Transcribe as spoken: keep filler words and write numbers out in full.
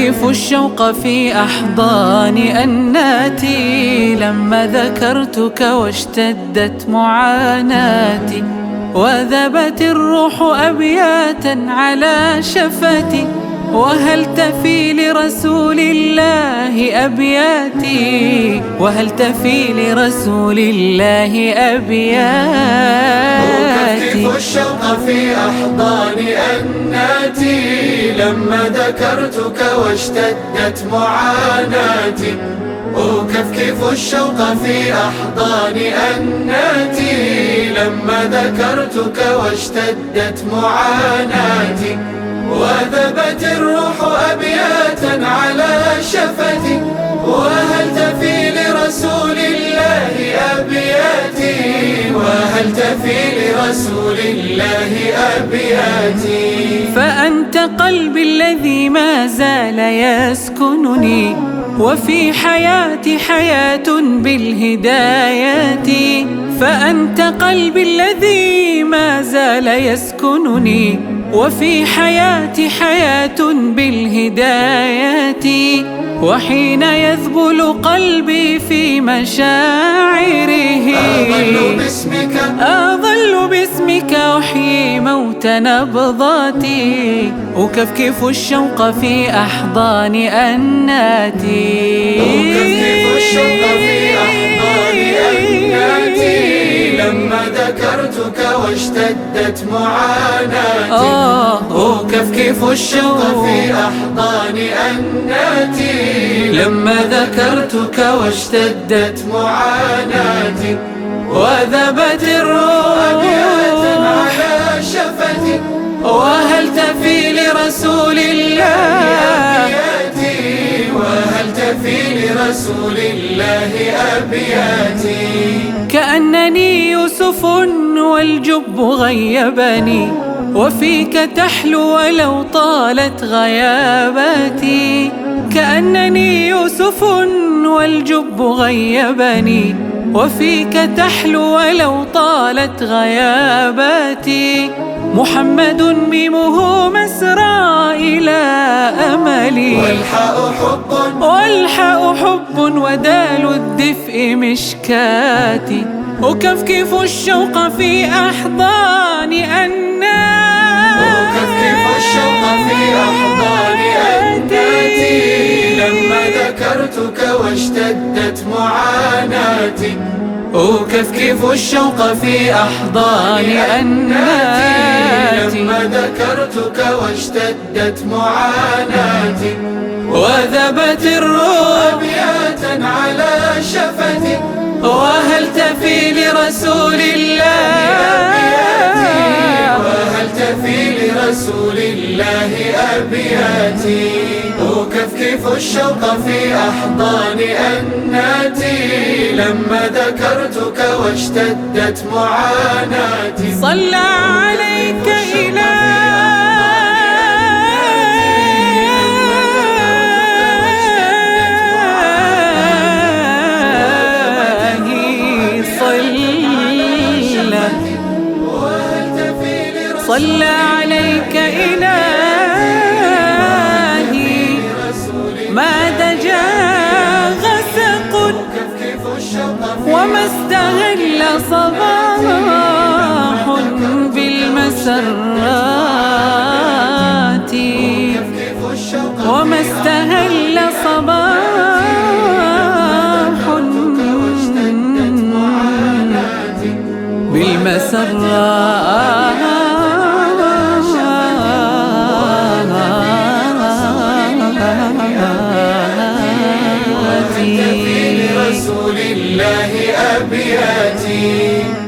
أكفكف الشوق في أحضان أناتي لما ذكرتك واشتدت معاناتي، وذبت الروح أبياتا على شفتي، وهل تفي لرسول الله أبياتي، وهل تفي لرسول الله أبياتي. أكفكف الشوق في أحضان أناتي لما ذكرتك واشتدت معاناتي، أكفكف الشوق في أحضان أناتي لما ذكرتك واشتدت معاناتي، وذبت الروح أبياتا على شفتي، وهل تفي لرسول الله أبياتي، وهل تفي لرسول الله أبياتي. فأنت قلبي الذي ما زال يسكنني، وفي حياتي حياة بالهدايات، فأنت قلبي الذي ما زال يسكنني، وفي حياتي حياة بالهدايات، وحين يذبل قلبي في مشاعره أظل باسمك أظل باسمك أحيي موت نبضاتي، أكفكف الشوق في أحضان أناتي، أكفكف الشوق في أحضان أناتي لما ذكرتك واشتدت معاناتي، أكفكف الشوق في أحضان أناتي لما ذكرتك واشتدت معاناتي، وذبت الروح أبياتا على شفتي، وهل تفي لرسول الله أبياتي، وهل تفي لرسول الله أبياتي. كأنني يوسف والجب غيبني، وفيك تحلو ولو طالت غياباتي، كأنني يوسف والجب غيبني، وفيك تحلو ولو طالت غياباتي، محمد ميمه مسرى إلى أملي، والحاء حب والحاء حب ودال الدفء مشكاتي، أكفكف الشوق في أحضان أناتي، أكفكف الشوق في أحضان أناتي لما ذكرتك واشتدت معاناتي، أكفكف الشوق في أحضان أناتي لما ذكرتك واشتدت معاناتي، وذبت الروح أبياتا على شفتي، وهل تفي لرسول الله وهل تفي لرسول الله أبياتي. أكفكف الشوق في أحضان أناتي لما ذكرتك واشتدت معاناتي، صلى عليك إلهي، صلى عليك إلهي، ما دجا غسق وما استهل صباح بالمسرات، وما استهل صباح بالمسرات. رسول الله أبياتي.